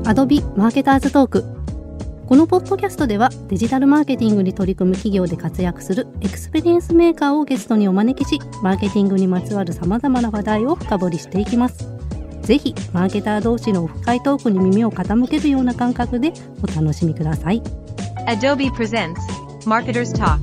Adobe マーケターズトーク。このポッドキャストではデジタルマーケティングに取り組む企業で活躍するエクスペリエンスメーカーをゲストにお招きし、マーケティングにまつわる様々な話題を深掘りしていきます。ぜひマーケター同士のオフ会トークに耳を傾けるような感覚でお楽しみください。 Adobe presents Marketers Talk。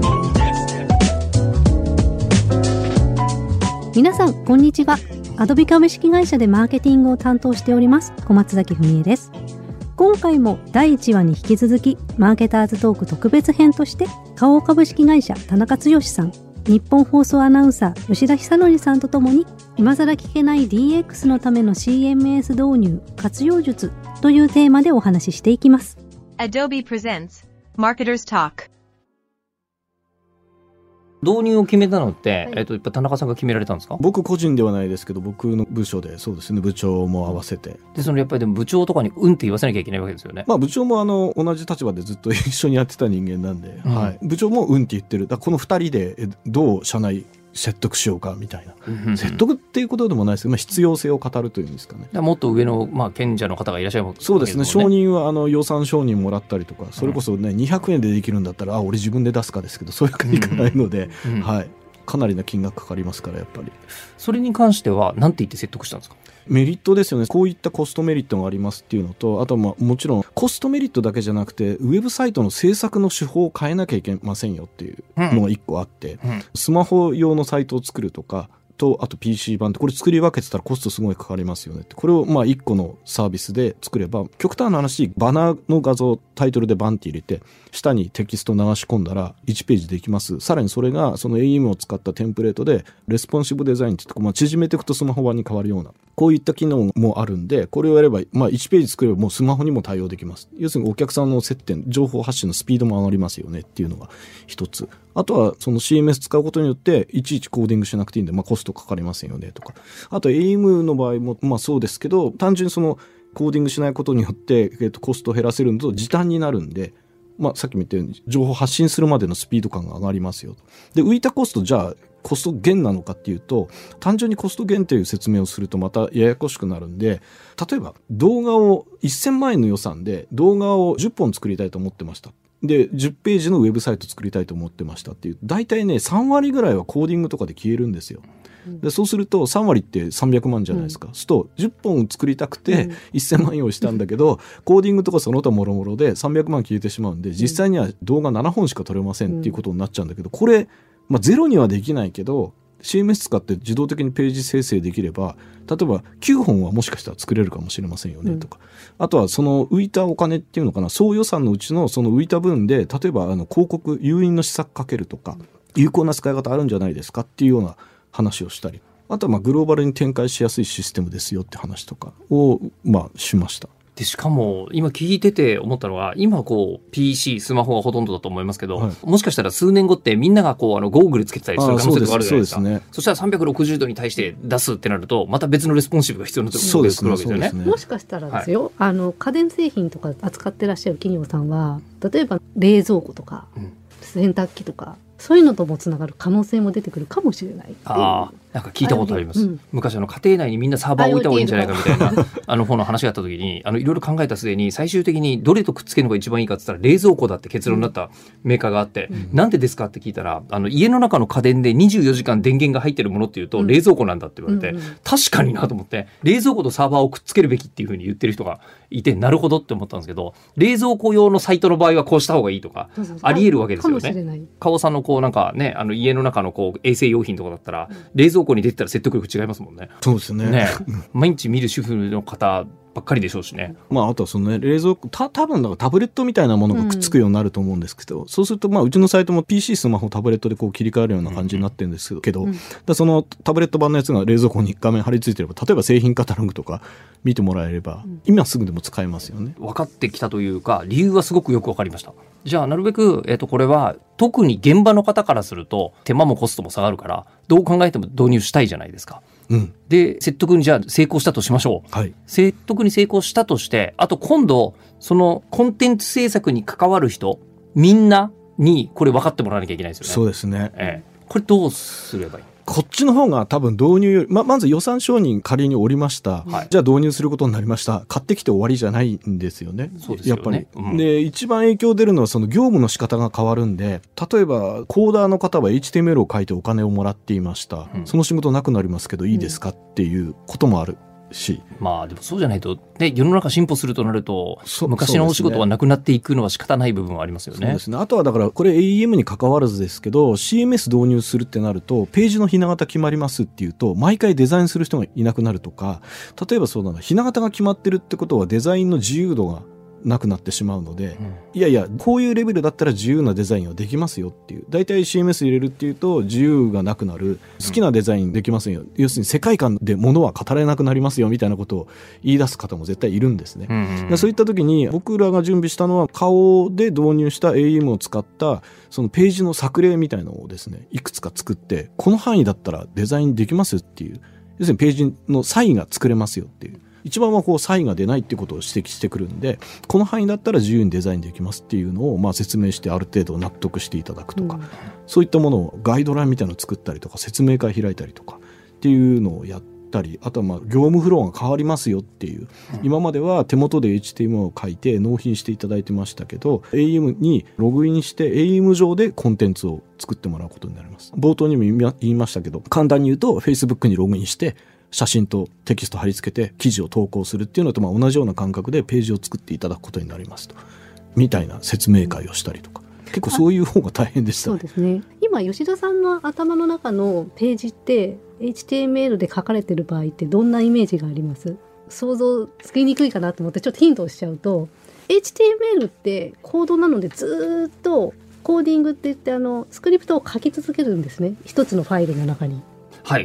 皆さんこんにちは。Adobe 株式会社でマーケティングを担当しております小松崎文江です。今回も第1話に引き続きマーケターズトーク特別編として花王株式会社田中剛さん、日本放送アナウンサー吉田久典さんとともに今更聞けない DX のための CMS 導入活用術というテーマでお話ししていきます。 Adobe presents Marketers Talk。 導入を決めたのって、やっぱ田中さんが決められたんですか？ 僕個人ではないですけど、僕の部署でそうですね、部長も合わせて。 でやっぱりでも部長とかにうんって言わせなきゃいけないわけですよね。 部長も同じ立場でずっと一緒にやってた人間なんで、部長もうんって言ってる。だからこの2人でどう社内説得しようかみたいな、説得っていうことでもないですけど、必要性を語るというんですかね。 もっと上の、賢者の方がいらっしゃるわけですもんね。そうですね、承認は予算承認もらったりとか、それこそね、200円でできるんだったら俺自分で出すかですけど、そういうわけにいかないので、かなりな金額かかりますから。やっぱりそれに関しては何て言って説得したんですか？ メリットですよね。こういったコストメリットがありますっていうのと、あとはもちろんコストメリットだけじゃなくて、ウェブサイトの制作の手法を変えなきゃいけませんよっていうのが1個あって、スマホ用のサイトを作るとかと、あと PC 版ってこれ作り分けてたらコストすごいかかりますよねって、これを1個のサービスで作れば、極端な話、バナーの画像タイトルでバンって入れて下にテキスト流し込んだら1ページできます。さらにそれがその AEM を使ったテンプレートでレスポンシブデザインって言って、縮めていくとスマホ版に変わるような、こういった機能もあるんで、これをやれば、1ページ作ればもうスマホにも対応できます。要するにお客さんの接点、情報発信のスピードも上がりますよねっていうのが一つ。あとはその CMS 使うことによっていちいちコーディングしなくていいんで、コストかかりませんよねとか。あと AIM の場合もそうですけど、単純にそのコーディングしないことによって、コストを減らせるのと時短になるんで、さっきも言ったように情報発信するまでのスピード感が上がりますよと。で、浮いたコスト、じゃあコスト減なのかっていうと、単純にコスト減という説明をするとまたややこしくなるんで、例えば動画を1000万円の予算で動画を10本作りたいと思ってました。で10ページのウェブサイト作りたいと思ってましたっていう、大体ね3割ぐらいはコーディングとかで消えるんですよ。でそうすると3割って300万じゃないですか。すると10本作りたくて1000万用意したんだけど、コーディングとかその他もろもろで300万消えてしまうんで、実際には動画7本しか撮れませんっていうことになっちゃうんだけど、これ、ゼロにはできないけど CMS 使って自動的にページ生成できれば、例えば9本はもしかしたら作れるかもしれませんよねとか、あとはその浮いたお金っていうのかな、総予算のうちのその浮いた分で、例えば広告誘引の施策かけるとか、有効な使い方あるんじゃないですかっていうような話をしたり、あとはグローバルに展開しやすいシステムですよって話とかをしました。 でしかも今聞いてて思ったのは、今PC スマホがほとんどだと思いますけど、もしかしたら数年後ってみんながゴーグルつけてたりする可能性があるじゃないですか。そしたら360度に対して出すってなると、また別のレスポンシブが必要になってくるわけですよね。 もしかしたらですよ、家電製品とか扱ってらっしゃる企業さんは、例えば冷蔵庫とか、洗濯機とかそういうのともつながる可能性も出てくるかもしれないっていう。 なんか聞いたことあります。昔家庭内にみんなサーバーを置いた方がいいんじゃないかみたいな方の話があった時に、いろいろ考えた末に最終的にどれとくっつけるのが一番いいかって言ったら冷蔵庫だって結論になったメーカーがあって、なんでですかって聞いたら、家の中の家電で24時間電源が入ってるものっていうと冷蔵庫なんだって言われて、確かになと思って、冷蔵庫とサーバーをくっつけるべきっていう風に言ってる人がいて、なるほどって思ったんですけど、冷蔵庫用のサイトの場合はこうした方がいいとかありえるわけですよね。川尾さんのなんかね、家の中の衛生用品とかだったら、冷蔵庫に出てたら説得力違いますもんね。 そうですね。 毎日見る主婦の方ばっかりでしょうしね。 あとはそのね、冷蔵庫多分だからタブレットみたいなものがくっつくようになると思うんですけど、そうするとうちのサイトも PC スマホタブレットで切り替えるような感じになってるんですけど、そのタブレット版のやつが冷蔵庫に画面貼り付いてれば、例えば製品カタログとか見てもらえれば、今すぐでも使えますよね。 分かってきたというか、理由はすごくよく分かりました。じゃあなるべく、これは特に現場の方からすると手間もコストも下がるから、どう考えても導入したいじゃないですか。で説得にじゃあ成功したとしましょう。説得に成功したとして、あと今度そのコンテンツ制作に関わる人みんなにこれ分かってもらわなきゃいけないですよね。 そうですね。 これどうすればいい？ こっちの方が多分導入より、まず予算承認仮におりました、はい、じゃあ導入することになりました、買ってきて終わりじゃないんですよね。 そうですよね。 やっぱり、で一番影響出るのはその業務の仕方が変わるんで、例えばコーダーの方は HTML を書いてお金をもらっていました、その仕事なくなりますけどいいですかっていうこともあるし、 まあでもそうじゃないと、ね、世の中進歩するとなると昔のお仕事はなくなっていくのは仕方ない部分はありますよね。 そうですね。あとはだからこれ AEM に関わらずですけど CMS 導入するってなるとページのひな形決まりますっていうと毎回デザインする人がいなくなるとか、例えばそうだな、ひな形が決まってるってことはデザインの自由度がなくなってしまうので、いやいやこういうレベルだったら自由なデザインはできますよっていう、だいたい CMS 入れるっていうと自由がなくなる、好きなデザインできませんよ、要するに世界観で物は語れなくなりますよみたいなことを言い出す方も絶対いるんですね、そういった時に僕らが準備したのは顔で導入した AEM を使ったそのページの作例みたいなのをですねいくつか作って、この範囲だったらデザインできますっていう、要するにページの差異が作れますよっていう、一番はこう差異が出ないっていうことを指摘してくるんで、この範囲だったら自由にデザインできますっていうのをまあ説明してある程度納得していただくとか、そういったものをガイドラインみたいなのを作ったりとか説明会開いたりとかっていうのをやったり、あとはまあ業務フローが変わりますよっていう、今までは手元で HTML を書いて納品していただいてましたけど AEM にログインして AEM 上でコンテンツを作ってもらうことになります。冒頭にも言いましたけど、簡単に言うと Facebook にログインして写真とテキスト貼り付けて記事を投稿するっていうのとまあ同じような感覚でページを作っていただくことになりますと、みたいな説明会をしたりとか、結構そういう方が大変でしたね。 そうですね。今吉田さんの頭の中のページって HTML で書かれてる場合ってどんなイメージがあります？想像つきにくいかなと思ってちょっとヒントをしちゃうと、 HTML ってコードなのでずっとコーディングって言ってスクリプトを書き続けるんですね、一つのファイルの中に。 はい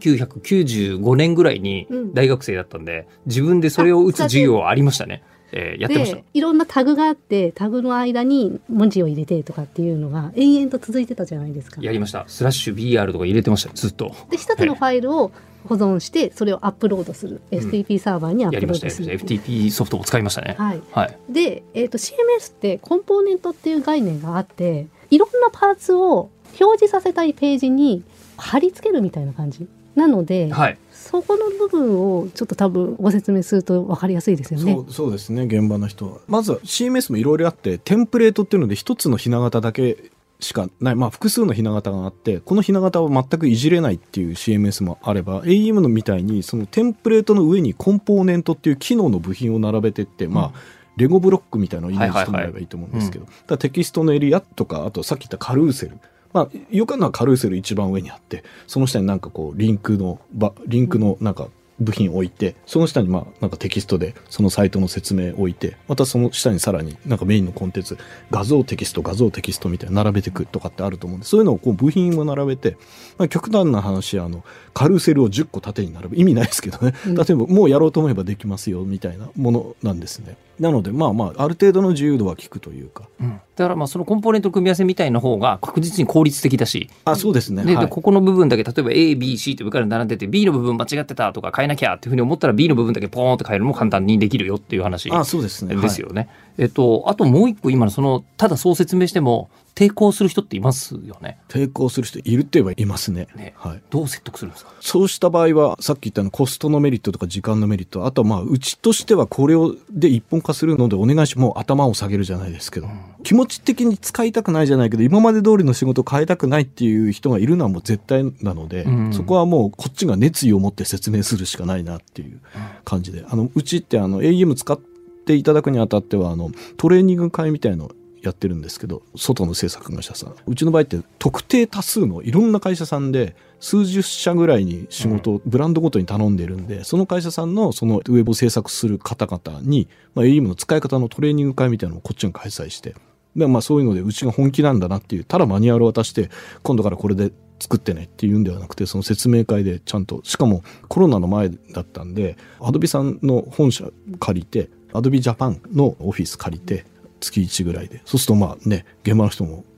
、1995年ぐらいに大学生だったんで、自分でそれを打つ授業ありましたね。やってました。 でいろんなタグがあってタグの間に文字を入れてとかっていうのが延々と続いてたじゃないですか。 やりました。スラッシュ BR とか入れてましたずっと。 で一つのファイルを保存してそれをアップロードする、FTP サーバーにアップロードする、 FTP ソフトも使いましたね。 はいはい、で、CMS ってコンポーネントっていう概念があって、いろんなパーツを表示させたいページに貼り付けるみたいな感じなので、はい、そこの部分をちょっと多分ご説明すると分かりやすいですよね。 そうですね。現場の人はまずは CMS もいろいろあって、テンプレートっていうので一つのひな形だけしかない、まあ、複数のひな形があって、このひな形を全くいじれないっていう CMS もあれば、 AEM のみたいにそのテンプレートの上にコンポーネントっていう機能の部品を並べてって、まあレゴブロックみたいなのをイメージしてもらえばいいと思うんですけど、だからテキストのエリアとか、あとさっき言ったカルーセル、まあ、よくあるのはカルーセル一番上にあって、その下になんかこうリンクのなんか部品を置いて、その下にまあなんかテキストでそのサイトの説明を置いて、またその下にさらになんかメインのコンテンツ、画像テキストみたいな並べていくとかってあると思うんで、そういうのをこう部品を並べて、まあ、極端な話カルーセルを10個縦に並べ、意味ないですけどね、例えばもうやろうと思えばできますよみたいなものなんですね。なのでまあまあある程度の自由度は効くというか、 だからまあそのコンポーネントの組み合わせみたいな方が確実に効率的だし、 そうですね。 でここの部分だけ例えば A、B、C って上から並んでて B の部分間違ってたとか変えなきゃっていうふうに思ったら B の部分だけポーンって変えるのも簡単にできるよっていう話そうですね。 ですよね。あともう一個今のただそう説明しても抵抗する人っていますよね。 抵抗する人いるって言えばいますね。 はい、どう説得するんですか？ そうした場合はさっき言ったコストのメリットとか時間のメリット、あとはまあうちとしてはこれで一本化するのでお願いし、もう頭を下げるじゃないですけど、気持ち的に使いたくないじゃないけど今まで通りの仕事を変えたくないっていう人がいるのはもう絶対なので、そこはもうこっちが熱意を持って説明するしかないなっていう感じで、うちって AEM 使っていただくにあたってはトレーニング会みたいのやってるんですけど、外の制作会社さん、うちの場合って特定多数のいろんな会社さんで数十社ぐらいに仕事をブランドごとに頼んでるんで、その会社さんのそのウェブを制作する方々に、AEM の使い方のトレーニング会みたいなのをこっちが開催して、でまあそういうのでうちが本気なんだなっていう、ただマニュアルを渡して今度からこれで作ってねっていうんではなくて、その説明会でちゃんと、しかもコロナの前だったんでアドビさんの本社借りて、アドビジャパンのオフィス借りて月1ぐらいで、そうするとまあね、現場の人も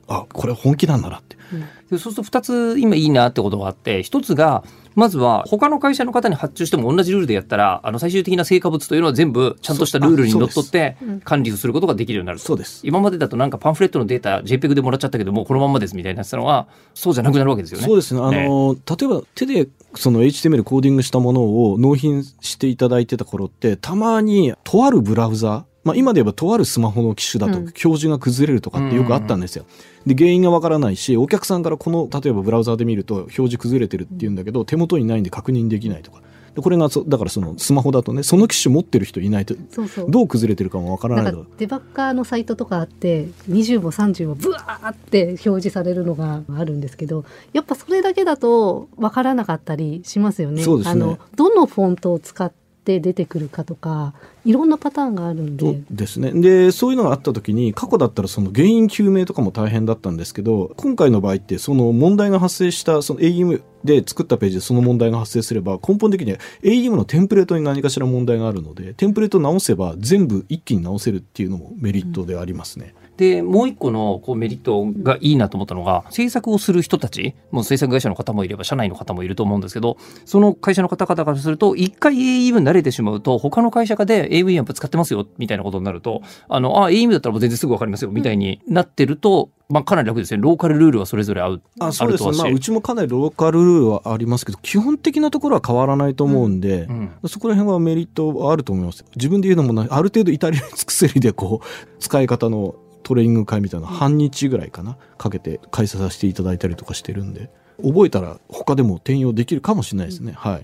これ本気なんだなって。 でそうすると2つ今いいなってことがあって、1つがまずは他の会社の方に発注しても同じルールでやったら最終的な成果物というのは全部ちゃんとしたルールにのっとって管理をすることができるようになる。 そうです。 今までだとなんかパンフレットのデータ JPEG でもらっちゃったけどもこのまんまですみたいになってたのはそうじゃなくなるわけですよね。 そうですね。例えば手でその HTML コーディングしたものを納品していただいてた頃ってたまにとあるブラウザ、今で言えばとあるスマホの機種だと表示が崩れるとかってよくあったんですよ。で原因がわからないし、お客さんから例えばブラウザで見ると表示崩れてるっていうんだけど手元にないんで確認できないとか。でこれがだからそのスマホだとね、その機種持ってる人いないとどう崩れてるかもわからないと。 デバッカーのサイトとかあって20も30もブワーって表示されるのがあるんですけど、やっぱそれだけだとわからなかったりしますよね。 そうですね。 どのフォントを使って出てくるかとかいろんなパターンがあるんで。 そうですね。でそういうのがあった時に過去だったらその原因究明とかも大変だったんですけど、今回の場合ってその問題が発生したその AEM で作ったページでその問題が発生すれば根本的には AEM のテンプレートに何かしら問題があるのでテンプレートを直せば全部一気に直せるっていうのもメリットでありますね。 でもう一個のメリットがいいなと思ったのが、制作をする人たちもう制作会社の方もいれば社内の方もいると思うんですけど、その会社の方々からすると一回 AEM 慣れてしまうと他の会社で AEM 使ってますよみたいなことになるとAEM だったらもう全然すぐ分かりますよみたいになってると、かなり楽ですね。ローカルルールはそれぞれあるとはし。 そうですね。うちもかなりローカルルールはありますけど基本的なところは変わらないと思うんで、そこら辺はメリットはあると思います。自分で言うのもない、ある程度イタリアに尽くせりで使い方のトレーニング会みたいな半日ぐらいかなかけて開催させていただいたりとかしてるんで、覚えたら他でも転用できるかもしれないですね。はい。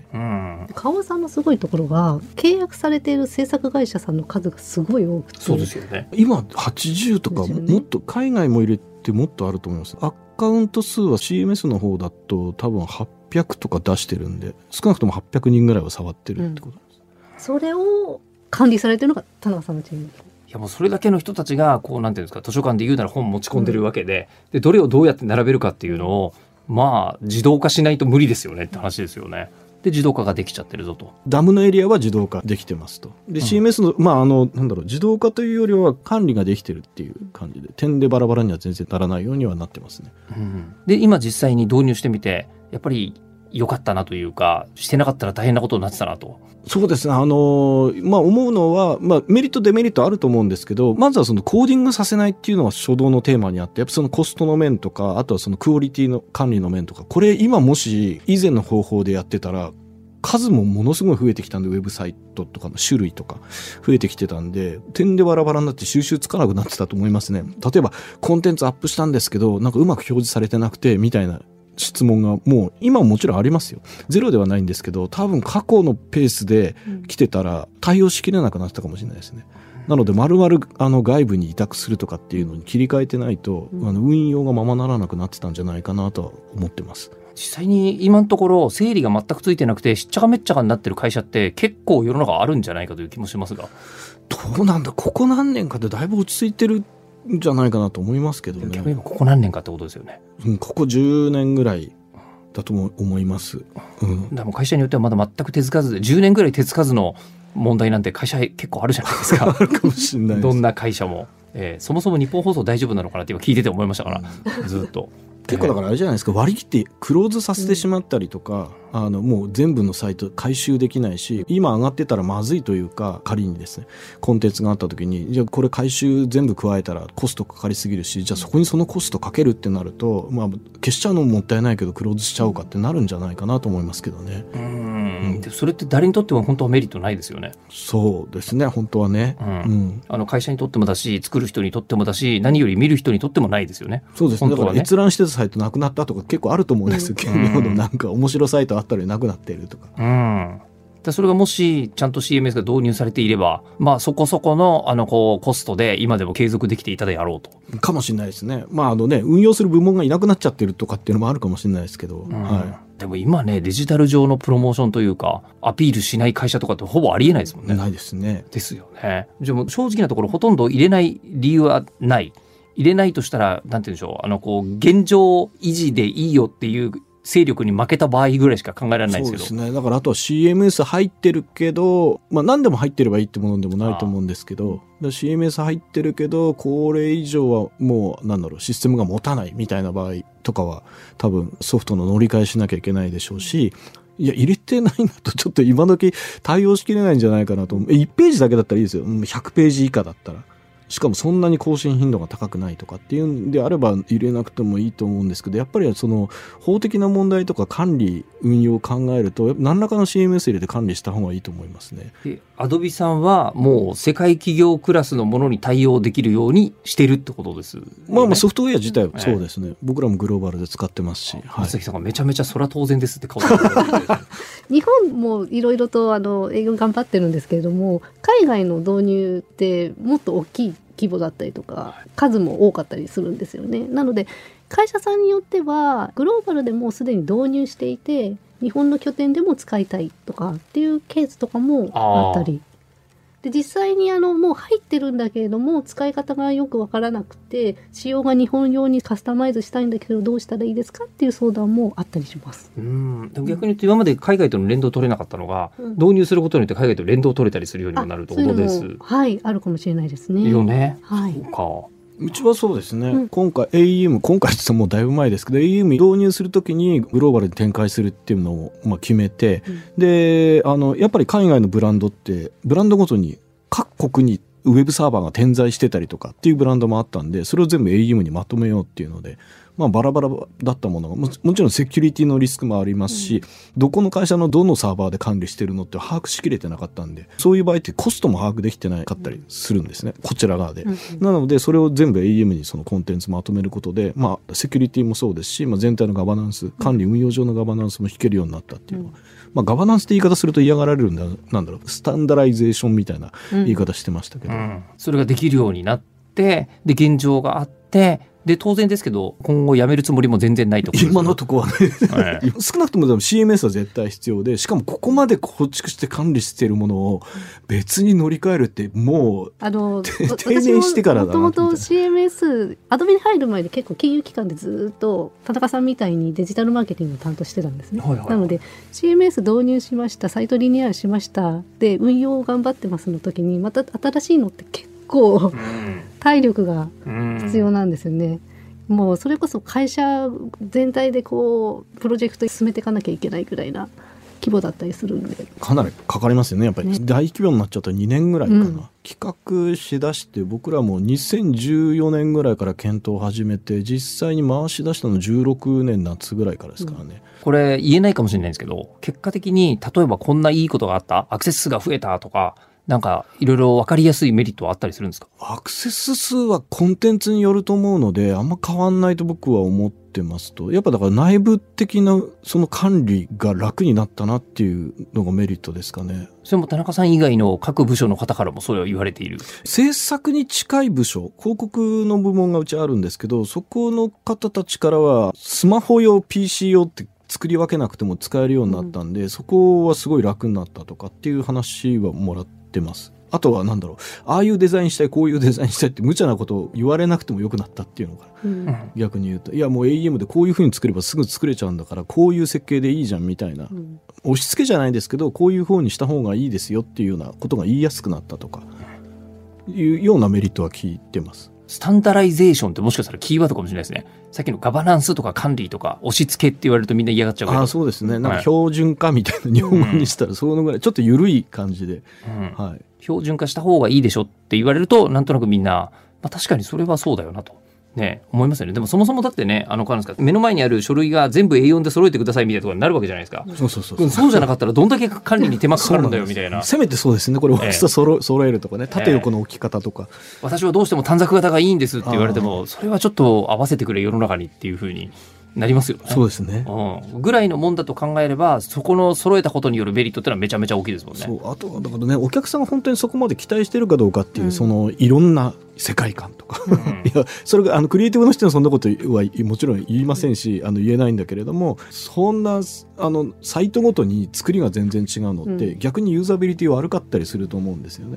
川尾さんのすごいところが契約されている制作会社さんの数がすごい多くて。 そうですよね。 今80とかもっと海外も入れてもっとあると思います。アカウント数は CMS の方だと多分800とか出してるんで、少なくとも800人ぐらいは触ってるってことです。 それを管理されてるのが田中さんのチーム。 いやもうそれだけの人たちがなんていうんですか、図書館で言うなら本持ち込んでるわけで、でどれをどうやって並べるかっていうのを自動化しないと無理ですよねって話ですよね。で自動化ができちゃってるぞと。 ダムのエリアは自動化できてますと。で CMS の自動化というよりは管理ができてるっていう感じで、点でバラバラには全然ならないようにはなってますね。 で今実際に導入してみてやっぱり良かったなというか、してなかったら大変なことになってたなと。 そうですね。思うのは、メリットデメリットあると思うんですけど、まずはそのコーディングさせないっていうのは初動のテーマにあって、やっぱそのコストの面とか、あとはそのクオリティの管理の面とか、これ今もし以前の方法でやってたら、数もものすごい増えてきたんで、ウェブサイトとかの種類とか増えてきてたんで、点でバラバラになって収集つかなくなってたと思いますね。例えばコンテンツアップしたんですけど、なんかうまく表示されてなくてみたいな質問がもう今ももちろんありますよ。ゼロではないんですけど、多分過去のペースで来てたら対応しきれなくなってたかもしれないですね。なので丸々外部に委託するとかっていうのに切り替えてないと、運用がままならなくなってたんじゃないかなとは思ってます。 実際に今のところ整理が全くついてなくてしっちゃかめっちゃかになってる会社って結構世の中あるんじゃないかという気もしますが、 どうなんだ、ここ何年かでだいぶ落ち着いてるんじゃないかなと思いますけどね。 逆にここ何年かってことですよね。 ここ10年ぐらいだと思います。だからもう会社によってはまだ全く手つかずで10年ぐらい手つかずの問題なんて会社結構あるじゃないですか。 あるかもしれないです。 どんな会社も、そもそも日本放送大丈夫なのかなって今聞いてて思いましたから、ずっと結構だからあれじゃないですか、割り切ってクローズさせてしまったりとか、もう全部のサイト回収できないし、今上がってたらまずいというか、仮にですねコンテンツがあった時に、じゃあこれ回収全部加えたらコストかかりすぎるし、じゃあそこにそのコストかけるってなると、消しちゃうのももったいないけどクローズしちゃおうかってなるんじゃないかなと思いますけどね。 でそれって誰にとっても本当はメリットないですよね。 そうですね、本当はね、 会社にとってもだし、作る人にとってもだし、何より見る人にとってもないですよね。 そうですね。だから閲覧してたサイトなくなったとか結構あると思うんですよ。なんか面白サイトあったりなくなっているとか。 それがもしちゃんと CMS が導入されていれば、そこそこのコストで今でも継続できていたであろうと。 かもしれないですね。運用する部門がいなくなっちゃってるとかっていうのもあるかもしれないですけど、 でも今ね、デジタル上のプロモーションというかアピールしない会社とかってほぼありえないですもんね。 ないですね。 ですよね。じゃあもう正直なところほとんど入れない理由はない。入れないとしたらなんて言うんでしょう、現状維持でいいよっていう勢力に負けた場合ぐらいしか考えられないんですけど。 そうですね。だからあとは CMS 入ってるけど、何でも入ってればいいってものでもないと思うんですけど、CMS 入ってるけどこれ以上はもうシステムが持たないみたいな場合とかは多分ソフトの乗り換えしなきゃいけないでしょうし、いや入れてないんだとちょっと今時対応しきれないんじゃないかなと。1ページだけだったらいいですよ。100ページ以下だったら。しかもそんなに更新頻度が高くないとかっていうんであれば入れなくてもいいと思うんですけど、やっぱりその法的な問題とか管理運用を考えると何らかの CMS 入れて管理した方がいいと思いますね。 でアドビさんはもう世界企業クラスのものに対応できるようにしてるってことですよね。 ソフトウェア自体はそうですね、僕らもグローバルで使ってますし、 松崎さんがめちゃめちゃそら当然ですって顔で日本もいろいろと営業頑張ってるんですけれども、海外の導入ってもっと大きい規模だったりとか数も多かったりするんですよね。なので会社さんによってはグローバルでもうすでに導入していて日本の拠点でも使いたいとかっていうケースとかもあったりで、実際にもう入ってるんだけれども使い方がよくわからなくて仕様が日本用にカスタマイズしたいんだけどどうしたらいいですかっていう相談もあったりします。 でも逆に言うと今まで海外との連動取れなかったのが、導入することによって海外と連動取れたりするようにもなるってことです。 はい、あるかもしれないですね。 よね。 はい。 そうか。 うちはそうですね、今回って言ってもうだいぶ前ですけど AEM 導入するときにグローバルに展開するっていうのを決めて、でやっぱり海外のブランドってブランドごとに各国にウェブサーバーが点在してたりとかっていうブランドもあったんで、それを全部 AEM にまとめようっていうので、バラバラだったものが もちろんセキュリティのリスクもありますし、どこの会社のどのサーバーで管理してるのって把握しきれてなかったんで、そういう場合ってコストも把握できてなかったりするんですね、こちら側で。なのでそれを全部 AEM にそのコンテンツまとめることで、セキュリティもそうですし、全体のガバナンス管理運用上のガバナンスも引けるようになったっていうのは、ガバナンスって言い方すると嫌がられるんだ、スタンダライゼーションみたいな言い方してましたけど、 それができるようになってで現状があってで当然ですけど今後やめるつもりも全然ないところです。 今のところはね、少なくともCMS は絶対必要で、しかもここまで構築して管理しているものを別に乗り換えるってもう定年してからだなみたいな。 もともと CMS アドビに入る前で結構金融機関でずっと田中さんみたいにデジタルマーケティングを担当してたんですね、なので CMS 導入しました、サイトリニューアルしましたで運用を頑張ってますの時にまた新しいのって結構体力が必要なんですよね。もうそれこそ会社全体でプロジェクト進めていかなきゃいけないぐらいな規模だったりするんでかなりかかりますよね。やっぱり大規模になっちゃったら2年ぐらいかな、企画しだして僕らも2014年ぐらいから検討を始めて実際に回し出したの16年夏ぐらいからですからね、 これ言えないかもしれないんですけど結果的に例えばこんないいことがあった、アクセス数が増えたとかなんかいろいろ分かりやすいメリットはあったりするんですか？ アクセス数はコンテンツによると思うのであんま変わんないと僕は思ってますと、やっぱだから内部的なその管理が楽になったなっていうのがメリットですかね。 それも田中さん以外の各部署の方からもそれを言われている。 制作に近い部署、広告の部門がうちあるんですけど、そこの方たちからはスマホ用 PC 用って作り分けなくても使えるようになったんで、そこはすごい楽になったとかっていう話はもらってます。あとはああいうデザインしたいこういうデザインしたいって無茶なことを言われなくてもよくなったっていうのが、逆に言うといやもう AEM でこういう風に作ればすぐ作れちゃうんだからこういう設計でいいじゃんみたいな、押し付けじゃないですけどこういう風にした方がいいですよっていうようなことが言いやすくなったとかいうようなメリットは聞いてます。 スタンダライゼーションってもしかしたらキーワードかもしれないですね。さっきのガバナンスとか管理とか押し付けって言われるとみんな嫌がっちゃうけど、 そうですね、なんか標準化みたいな日本語にしたらそのぐらいちょっと緩い感じで、 標準化した方がいいでしょって言われるとなんとなくみんな、確かにそれはそうだよなとね、思いますよね。でもそもそもだってね、目の前にある書類が全部 A4 で揃えてくださいみたいなところになるわけじゃないですか。そうじゃなかったらどんだけ管理に手間かかるんだよみたいな。 せめてそうですね、これ大きさ揃えるとかね、縦横の置き方とか、 私はどうしても短冊型がいいんですって言われてもそれはちょっと合わせてくれ世の中にっていう風になりますよね。 そうですね、 ぐらいのもんだと考えればそこの揃えたことによるメリットってのはめちゃめちゃ大きいですもんね。 あとはだからね、お客さんが本当にそこまで期待してるかどうかっていう、そのいろんな世界観とか、いやそれがクリエイティブの人はそんなことはもちろん言いませんし、言えないんだけれども、そんなサイトごとに作りが全然違うのって、逆にユーザビリティ悪かったりすると思うんですよね。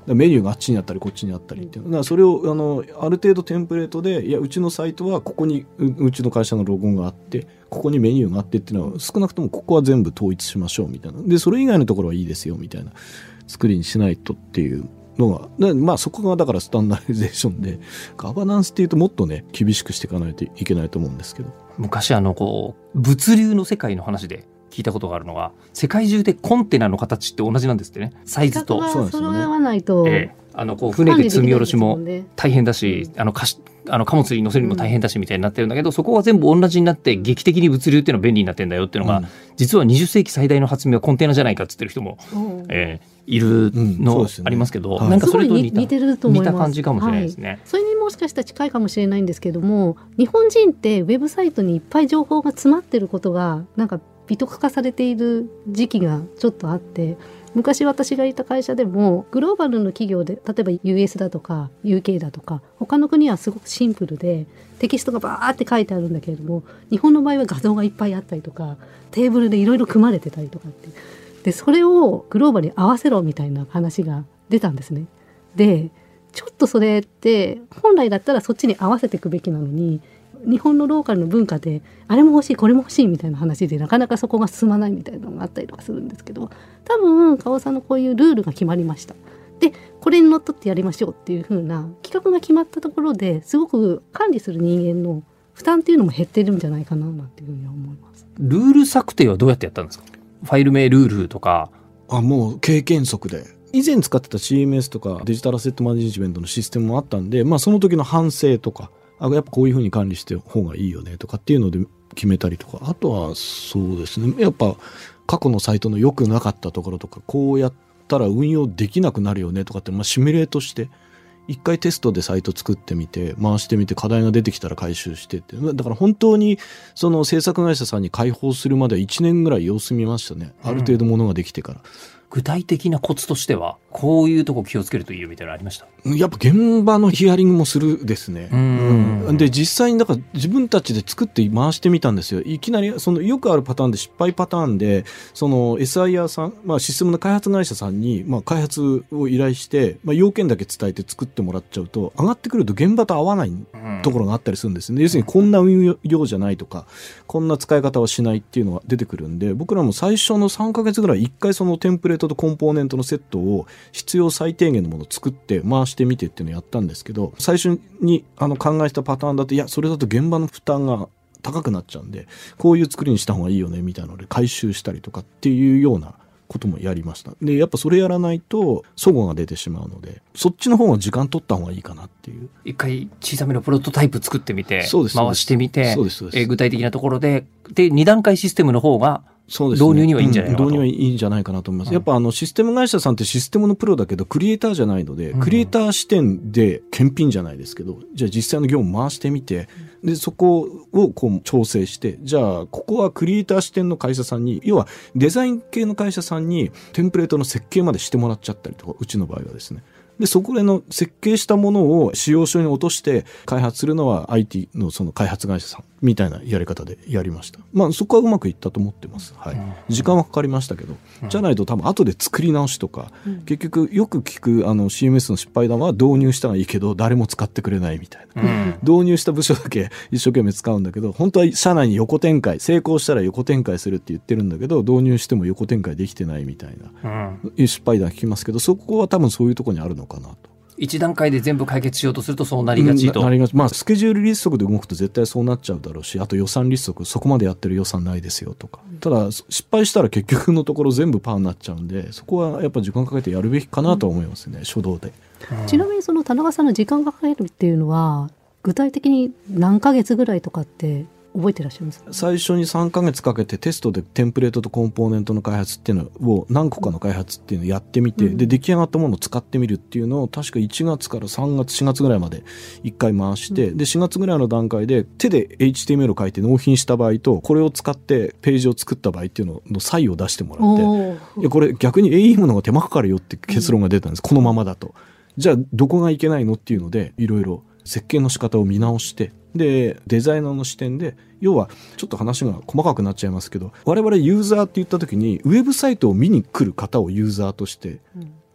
メニューがあっちにあったりこっちにあったりっていう、だからそれをある程度テンプレートで、いやうちのサイトはここに うちの会社のロゴがあってここにメニューがあってっていうのは少なくともここは全部統一しましょうみたいな、でそれ以外のところはいいですよみたいな作りにしないとっていうのが、まあそこがだからスタンダードイゼーションで、ガバナンスっていうともっとね厳しくしていかないといけないと思うんですけど、 昔こう物流の世界の話で聞いたことがあるのが、世界中でコンテナの形って同じなんですってね、サイズと。 そうですよね。揃わないと、 こう船で積み下ろしも大変だし、貨物に乗せるのも大変だしみたいになってるんだけど、そこは全部同じになって劇的に物流っていうのは便利になってんだよっていうのが、実は20世紀最大の発明はコンテナじゃないかって言ってる人も、いるのありますけど、なんかそれと似た感じかもしれないですね。 それにもしかしたら近いかもしれないんですけども、日本人ってウェブサイトにいっぱい情報が詰まってることがなんか美徳化されている時期がちょっとあって、昔私がいた会社でもグローバルの企業で例えば US だとか UK だとか他の国はすごくシンプルでテキストがバーって書いてあるんだけれども、日本の場合は画像がいっぱいあったりとかテーブルでいろいろ組まれてたりとかって、でそれをグローバルに合わせろみたいな話が出たんですね。でちょっとそれって本来だったらそっちに合わせていくべきなのに、日本のローカルの文化であれも欲しいこれも欲しいみたいな話でなかなかそこが進まないみたいなのがあったりとかするんですけど、多分川尾さんのこういうルールが決まりました、でこれにのっとってやりましょうっていう風な企画が決まったところですごく管理する人間の負担っていうのも減ってるんじゃないかななんていうふうに思います。 ルール策定はどうやってやったんですか？ファイル名ルールとか。 もう経験則で、以前使ってた CMS とかデジタルアセットマネジメントのシステムもあったんで、その時の反省とか、やっぱこういうふうに管理して方がいいよねとかっていうので決めたりとか、あとはそうですね、やっぱ過去のサイトの良くなかったところとか、こうやったら運用できなくなるよねとかって、シミュレートして一回テストでサイト作ってみて回してみて、課題が出てきたら回収してって、だから本当にその制作会社さんに開放するまでは1年ぐらい様子見ましたね、ある程度ものができてから。 具体的なコツとしてはこういうとこ気をつけるといいよみたいなのありました？ やっぱ現場のヒアリングもするですね。で実際にだから自分たちで作って回してみたんですよ。いきなりよくあるパターンで失敗パターンで、その SIR さん、システムの開発会社さんに、開発を依頼して、要件だけ伝えて作ってもらっちゃうと、上がってくると現場と合わないところがあったりするんですね。要するにこんな運用じゃないとか、こんな使い方はしないっていうのが出てくるんで、僕らも最初の3ヶ月ぐらい1回そのテンプレートとコンポーネントのセットを必要最低限のものを作って回してみてっていうのをやったんですけど、最初に考えたパターンだと、いやそれだと現場の負担が高くなっちゃうんで、こういう作りにした方がいいよねみたいなので回収したりとかっていうようなこともやりました。でやっぱそれやらないと齟齬が出てしまうので、そっちの方が時間取った方がいいかなっていう。 一回小さめのプロトタイプ作ってみて回してみて、具体的なところで2段階システムの方が導入にはいいんじゃないかなと。 導入はいいんじゃないかなと思います。やっぱシステム会社さんってシステムのプロだけどクリエイターじゃないので、クリエイター視点で検品じゃないですけど、じゃあ実際の業務回してみて、でそこをこう調整して、じゃあここはクリエイター視点の会社さんに、要はデザイン系の会社さんにテンプレートの設計までしてもらっちゃったりとか、うちの場合はですね。でそこでの設計したものを仕様書に落として開発するのは IT のその開発会社さんみたいなやり方でやりました。そこはうまくいったと思ってます。時間はかかりましたけど、じゃないと多分後で作り直しとか、結局よく聞くCMS の失敗談は、導入したらいいけど誰も使ってくれないみたいな、導入した部署だけ一生懸命使うんだけど、本当は社内に横展開、成功したら横展開するって言ってるんだけど、導入しても横展開できてないみたいな、失敗談聞きますけど、そこは多分そういうところにあるのかなと。 一段階で全部解決しようとするとそうなりがちと、 なりがち。スケジュール立則で動くと絶対そうなっちゃうだろうし、あと予算立則、そこまでやってる予算ないですよとか。ただ失敗したら結局のところ全部パーになっちゃうんで、そこはやっぱ時間かけてやるべきかなと思いますね、初動で。 ちなみにその田中さんの時間がかかるっていうのは具体的に何ヶ月ぐらいとかって覚えてらっしゃいますか？ 最初に3ヶ月かけてテストでテンプレートとコンポーネントの開発っていうのを何個かの開発っていうのをやってみて、で出来上がったものを使ってみるっていうのを確か1月から3月4月ぐらいまで1回回して、で4月ぐらいの段階で手で HTML を書いて納品した場合と、これを使ってページを作った場合っていうのの差異を出してもらって、いやこれ逆に AEM の方が手間かかるよって結論が出たんです、このままだと。じゃあどこがいけないのっていうのでいろいろ設計の仕方を見直して、でデザイナーの視点で、要はちょっと話が細かくなっちゃいますけど、我々ユーザーって言った時にウェブサイトを見に来る方をユーザーとして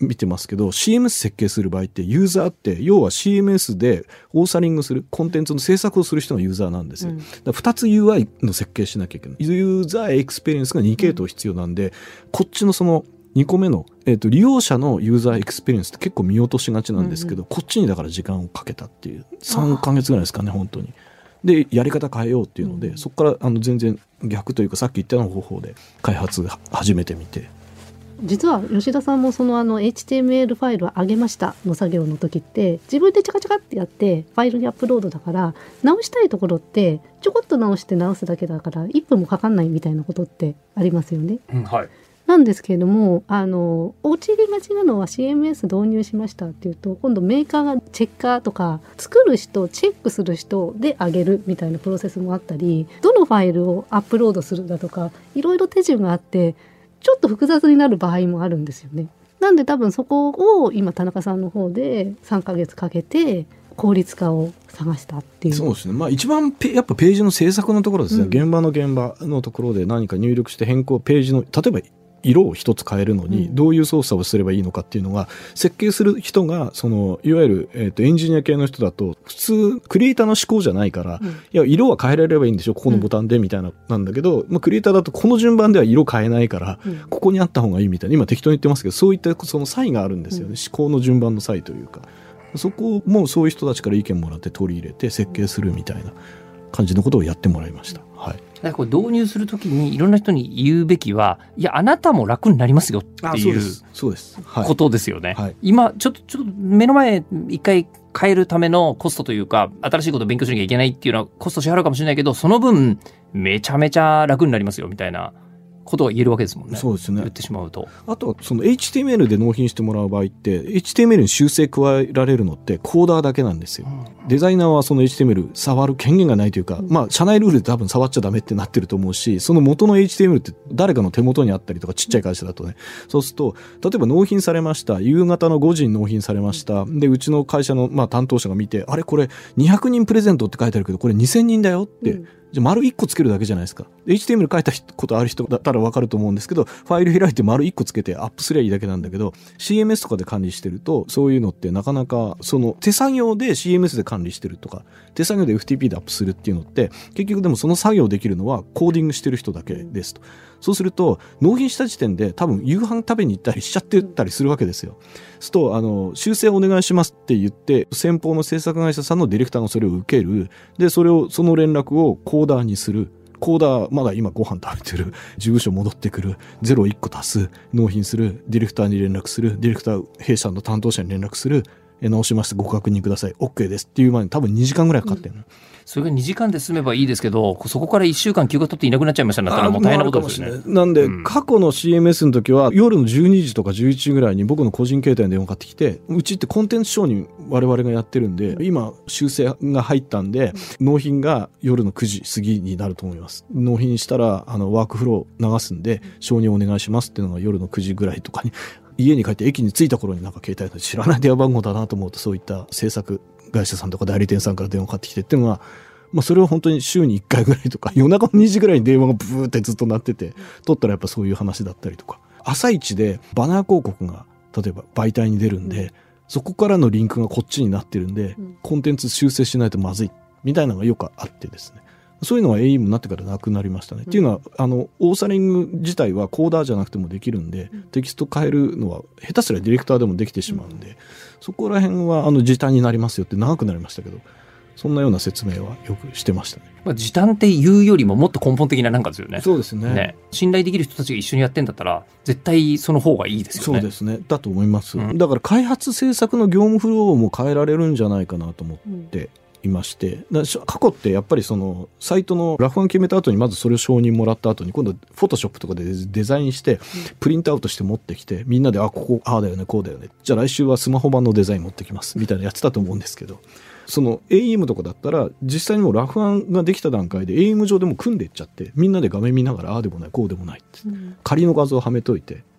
見てますけど CMS 設計する場合ってユーザーって要は CMS でオーサリングするコンテンツの制作をする人がユーザーなんですよ、だから2つ UI の設計しなきゃいけない。ユーザーエクスペリエンスが2系統必要なんで、こっちのその2個目の、利用者のユーザーエクスペリエンスって結構見落としがちなんですけど、こっちにだから時間をかけたっていう3ヶ月ぐらいですかね本当に。でやり方変えようっていうので、そこから全然逆というかさっき言ったような方法で開発始めてみて、 実は吉田さんもそのHTML ファイルを上げましたの作業の時って自分でチャカチャカってやってファイルにアップロードだから直したいところってちょこっと直して直すだけだから1分もかかんないみたいなことってありますよね、 はい。 なんですけれども陥りがちなのは CMS 導入しましたっていうと今度メーカーがチェッカーとか作る人チェックする人で上げるみたいなプロセスもあったり、どのファイルをアップロードするだとかいろいろ手順があってちょっと複雑になる場合もあるんですよね。なんで多分そこを今田中さんの方で3ヶ月かけて効率化を探したっていう。 そうですね、一番やっぱページの制作のところですね、現場のところで何か入力して変更ページの例えば色を一つ変えるのにどういう操作をすればいいのかっていうのが設計する人がいわゆる、エンジニア系の人だと普通クリエイターの思考じゃないから、いや色は変えられればいいんでしょここのボタンでみたいな、なんだけど、クリエイターだとこの順番では色変えないから、ここにあった方がいいみたいな今適当に言ってますけどそういったその差異があるんですよね、思考の順番の差異というか、そこもそういう人たちから意見もらって取り入れて設計するみたいな感じのことをやってもらいました。はい。 だからこれ導入するときにいろんな人に言うべきは、いやあなたも楽になりますよっていうことですよね。はい、今ちょっと目の前一回変えるためのコストというか新しいことを勉強しなきゃいけないっていうのはコスト支払うかもしれないけど、その分めちゃめちゃ楽になりますよみたいなことが言えるわけですもんね。 そうですね。 言ってしまうと、 あとはその HTML で納品してもらう場合って HTML に修正加えられるのってコーダーだけなんですよ、デザイナーはその HTML 触る権限がないというか、社内ルールで多分触っちゃダメってなってると思うし、その元の HTML って誰かの手元にあったりとかちっちゃい会社だとね、そうすると例えば納品されました、夕方の5時に納品されました、でうちの会社の担当者が見て、あれこれ200人プレゼントって書いてあるけどこれ2000人だよって、じゃあ丸1個つけるだけじゃないですか。HTML 書いたことある人だったら分かると思うんですけど、ファイル開いて丸1個つけてアップすりゃいいだけなんだけど、 CMS とかで管理してるとそういうのってなかなかその手作業で CMS で管理してるとか手作業で FTP でアップするっていうのって結局でもその作業できるのはコーディングしてる人だけですと。そうすると納品した時点で多分夕飯食べに行ったりしちゃってたりするわけですよ。そうすると修正お願いしますって言って先方の制作会社さんのディレクターがそれを受ける。でその連絡をコーダーにする。コーダーまだ今ご飯食べてる、事務所戻ってくる、ゼロ1個足す、納品する、ディレクターに連絡する、ディレクター弊社の担当者に連絡する、直しましたご確認ください OK ですっていう前に多分2時間ぐらいかかってるの、 それが2時間で済めばいいですけど、そこから1週間休暇取っていなくなっちゃいましたんだったらもう大変なことですよね。 なんで、過去の CMS の時は夜の12時とか11時ぐらいに僕の個人携帯に電話かかってきて、うちってコンテンツ承認我々がやってるんで今修正が入ったんで納品が夜の9時過ぎになると思います。納品したらワークフロー流すんで承認お願いしますっていうのが夜の9時ぐらいとかに、家に帰って駅に着いた頃になんか携帯で知らない電話番号だなと思うと、そういった制作会社さんとか代理店さんから電話かかってきてっていうのが、それを本当に週に1回ぐらいとか夜中の2時ぐらいに電話がブーってずっと鳴ってて、取ったらやっぱそういう話だったりとか、朝一でバナー広告が例えば媒体に出るんで、そこからのリンクがこっちになってるんで、コンテンツ修正しないとまずいみたいなのがよくあってですね、そういうのは AIM になってからなくなりましたね、っていうのはオーサリング自体はコーダーじゃなくてもできるんで、テキスト変えるのは下手すらディレクターでもできてしまうんで、そこら辺は時短になりますよって長くなりましたけど、そんなような説明はよくしてましたね。 時短っていうよりももっと根本的ななんかですよね。 そうですね。 信頼できる人たちが一緒にやってんだったら絶対その方がいいですよね。 そうですね。だと思います、だから開発制作の業務フローも変えられるんじゃないかなと思っていまして、過去ってやっぱりそのサイトのラフ案決めた後にまずそれを承認もらった後に今度フォトショップとかでデザインしてプリントアウトして持ってきて、みんなでここああだよねこうだよね、じゃあ来週はスマホ版のデザイン持ってきますみたいなやってたと思うんですけど、その AIM とかだったら実際にもうラフ案ができた段階で AIM 上でも組んでいっちゃって、みんなで画面見ながらああでもないこうでもないって、仮の画像をはめといて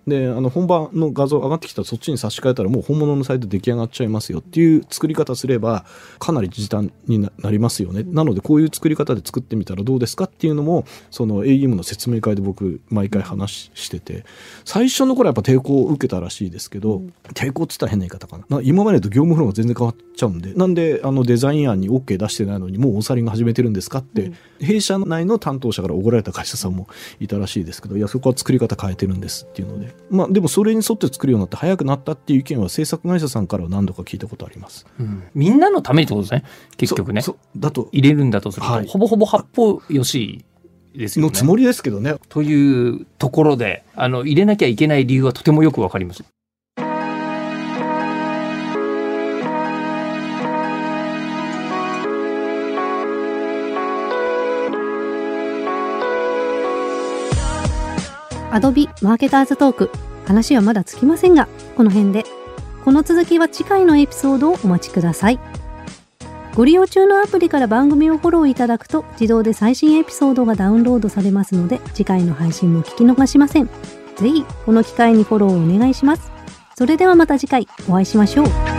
で本番の画像上がってきたらそっちに差し替えたらもう本物のサイト出来上がっちゃいますよっていう作り方すればかなり時短になりますよね。なのでこういう作り方で作ってみたらどうですかっていうのもその AEM の説明会で僕毎回話してて、最初の頃はやっぱ抵抗を受けたらしいですけど、抵抗って言ったら変な言い方かな、今までと業務フローが全然変わっちゃうんで、なんでデザイン案に OK 出してないのにもうオーサリング始めてるんですかって、弊社内の担当者から怒られた会社さんもいたらしいですけど、いやそこは作り方変えてるんですっていうので、でもそれに沿って作るようになって早くなったっていう意見は制作会社さんからは何度か聞いたことあります。 みんなのためにってことですね、結局ね。だと入れるんだとすると、ほぼほぼ八方よしですよね。 のつもりですけどね。 というところで入れなきゃいけない理由はとてもよくわかります。 Adobe マーケターズトーク、話はまだつきませんが、この辺で。この続きは次回のエピソードをお待ちください。ご利用中のアプリから番組をフォローいただくと自動で最新エピソードがダウンロードされますので、次回の配信も聞き逃しません。ぜひこの機会にフォローをお願いします。それではまた次回お会いしましょう。